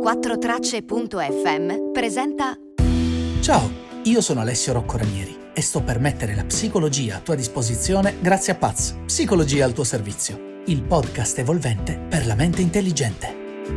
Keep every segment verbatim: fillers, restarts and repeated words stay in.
quattro tracce punto effe emme presenta. Ciao, io sono Alessio Rocco Ranieri e sto per mettere la psicologia a tua disposizione grazie a Paz, Psicologia al tuo servizio, il podcast evolvente per la mente intelligente.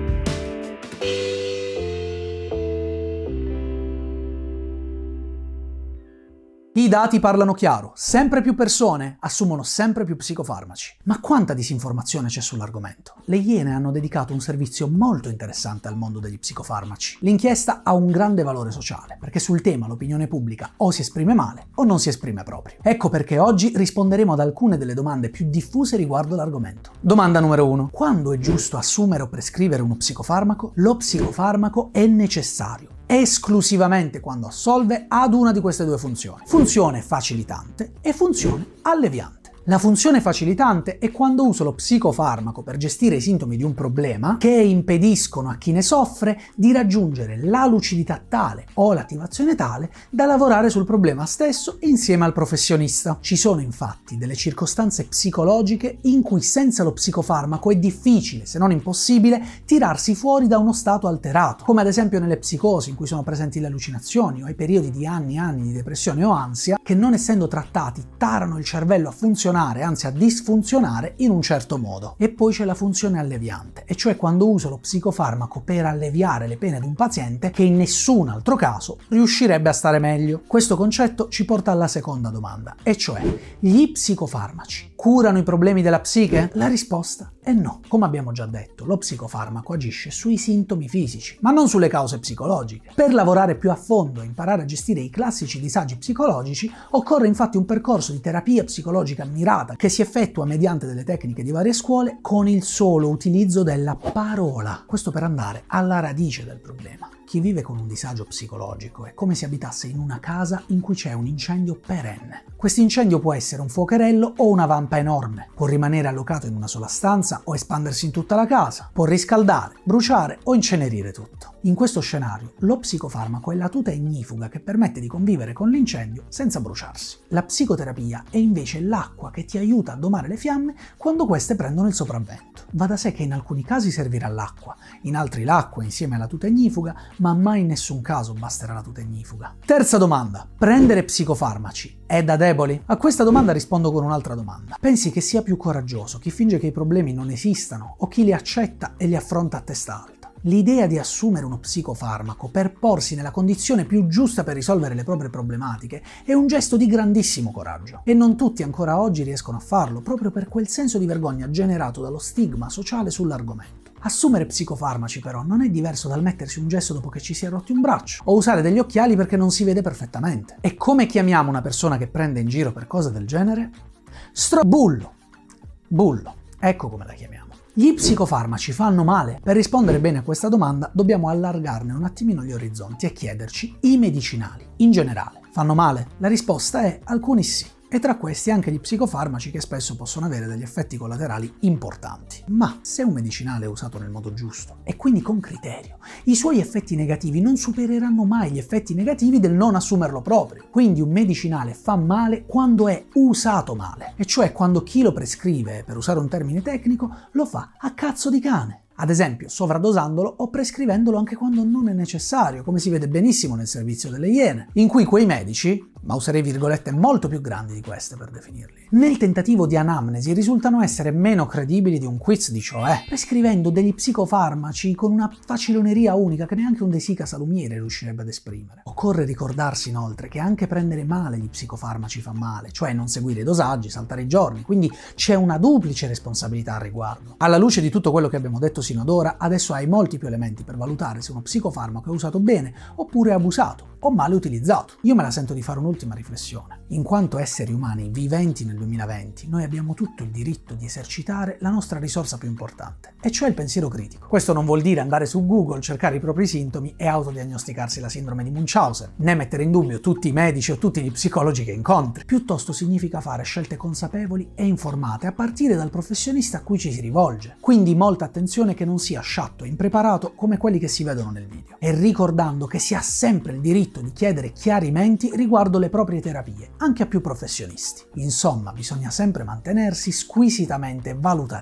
I dati parlano chiaro, sempre più persone assumono sempre più psicofarmaci. Ma quanta disinformazione c'è sull'argomento? Le Iene hanno dedicato un servizio molto interessante al mondo degli psicofarmaci. L'inchiesta ha un grande valore sociale, perché sul tema l'opinione pubblica o si esprime male o non si esprime proprio. Ecco perché oggi risponderemo ad alcune delle domande più diffuse riguardo l'argomento. Domanda numero uno. Quando è giusto assumere o prescrivere uno psicofarmaco? Lo psicofarmaco è necessario esclusivamente quando assolve ad una di queste due funzioni: funzione facilitante e funzione alleviante. La funzione facilitante è quando uso lo psicofarmaco per gestire i sintomi di un problema che impediscono a chi ne soffre di raggiungere la lucidità tale o l'attivazione tale da lavorare sul problema stesso insieme al professionista. Ci sono infatti delle circostanze psicologiche in cui senza lo psicofarmaco è difficile, se non impossibile, tirarsi fuori da uno stato alterato, come ad esempio nelle psicosi in cui sono presenti le allucinazioni o i periodi di anni e anni di depressione o ansia che, non essendo trattati, tarano il cervello a funzionare, anzi a disfunzionare in un certo modo. E poi c'è la funzione alleviante, e cioè quando uso lo psicofarmaco per alleviare le pene di un paziente che in nessun altro caso riuscirebbe a stare meglio. Questo concetto ci porta alla seconda domanda, e cioè: gli psicofarmaci curano i problemi della psiche? La risposta è no. Come abbiamo già detto, lo psicofarmaco agisce sui sintomi fisici, ma non sulle cause psicologiche. Per lavorare più a fondo e imparare a gestire i classici disagi psicologici, occorre infatti un percorso di terapia psicologica mirata che si effettua mediante delle tecniche di varie scuole con il solo utilizzo della parola. Questo per andare alla radice del problema. Chi vive con un disagio psicologico è come se abitasse in una casa in cui c'è un incendio perenne. Questo incendio può essere un fuocherello o una vampa enorme, può rimanere allocato in una sola stanza o espandersi in tutta la casa, può riscaldare, bruciare o incenerire tutto. In questo scenario, lo psicofarmaco è la tuta ignifuga che permette di convivere con l'incendio senza bruciarsi. La psicoterapia è invece l'acqua che ti aiuta a domare le fiamme quando queste prendono il sopravvento. Va da sé che in alcuni casi servirà l'acqua, in altri l'acqua insieme alla tuta ignifuga, ma mai in nessun caso basterà la tuta ignifuga. Terza domanda. Prendere psicofarmaci è da deboli? A questa domanda rispondo con un'altra domanda. Pensi che sia più coraggioso chi finge che i problemi non esistano o chi li accetta e li affronta a testa alta? L'idea di assumere uno psicofarmaco per porsi nella condizione più giusta per risolvere le proprie problematiche è un gesto di grandissimo coraggio, e non tutti ancora oggi riescono a farlo proprio per quel senso di vergogna generato dallo stigma sociale sull'argomento. Assumere psicofarmaci però non è diverso dal mettersi un gesso dopo che ci si è rotti un braccio o usare degli occhiali perché non si vede perfettamente. E come chiamiamo una persona che prende in giro per cose del genere? Stro... Bullo. Bullo. Ecco come la chiamiamo. Gli psicofarmaci fanno male? Per rispondere bene a questa domanda dobbiamo allargarne un attimino gli orizzonti e chiederci: i medicinali in generale fanno male? La risposta è: alcuni sì. E tra questi anche gli psicofarmaci, che spesso possono avere degli effetti collaterali importanti. Ma se un medicinale è usato nel modo giusto e quindi con criterio, i suoi effetti negativi non supereranno mai gli effetti negativi del non assumerlo proprio. Quindi un medicinale fa male quando è usato male, e cioè quando chi lo prescrive, per usare un termine tecnico, lo fa a cazzo di cane. Ad esempio sovradosandolo o prescrivendolo anche quando non è necessario, come si vede benissimo nel servizio delle Iene, in cui quei medici, ma userei virgolette molto più grandi di queste per definirli, nel tentativo di anamnesi risultano essere meno credibili di un quiz di Cioè, prescrivendo degli psicofarmaci con una faciloneria unica che neanche un De Sica salumiere riuscirebbe ad esprimere. Occorre ricordarsi inoltre che anche prendere male gli psicofarmaci fa male, cioè non seguire i dosaggi, saltare i giorni, quindi c'è una duplice responsabilità al riguardo. Alla luce di tutto quello che abbiamo detto sino ad ora, adesso hai molti più elementi per valutare se uno psicofarmaco è usato bene oppure abusato o male utilizzato. Io me la sento di fare un'ultima riflessione. In quanto esseri umani viventi nel duemilaventi, noi abbiamo tutto il diritto di esercitare la nostra risorsa più importante, e cioè il pensiero critico. Questo non vuol dire andare su Google, cercare i propri sintomi e autodiagnosticarsi la sindrome di Munchausen, né mettere in dubbio tutti i medici o tutti gli psicologi che incontri. Piuttosto significa fare scelte consapevoli e informate a partire dal professionista a cui ci si rivolge. Quindi molta attenzione che non sia sciatto e impreparato come quelli che si vedono nel video. E ricordando che si ha sempre il diritto di chiedere chiarimenti riguardo le proprie terapie, anche a più professionisti. Insomma, bisogna sempre mantenersi squisitamente valutativi.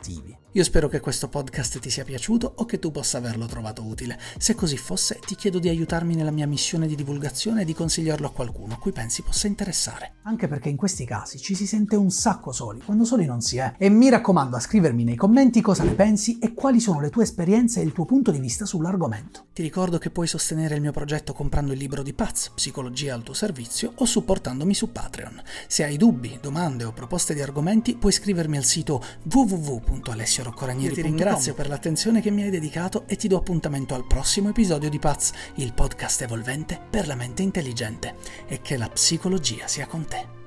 Io spero che questo podcast ti sia piaciuto o che tu possa averlo trovato utile. Se così fosse, ti chiedo di aiutarmi nella mia missione di divulgazione e di consigliarlo a qualcuno a cui pensi possa interessare. Anche perché in questi casi ci si sente un sacco soli, quando soli non si è. E mi raccomando a scrivermi nei commenti cosa ne pensi e quali sono le tue esperienze e il tuo punto di vista sull'argomento. Ti ricordo che puoi sostenere il mio progetto comprando il libro di Paz, Psicologia al tuo servizio, o supportandomi su Patreon. Se hai dubbi, domande o proposte di argomenti, puoi scrivermi al sito w w w punto alessio roccoranieri punto com. Ti ringrazio per l'attenzione che mi hai dedicato e ti do appuntamento al prossimo episodio di Paz, il podcast evolvente per la mente intelligente. E che la psicologia sia con te.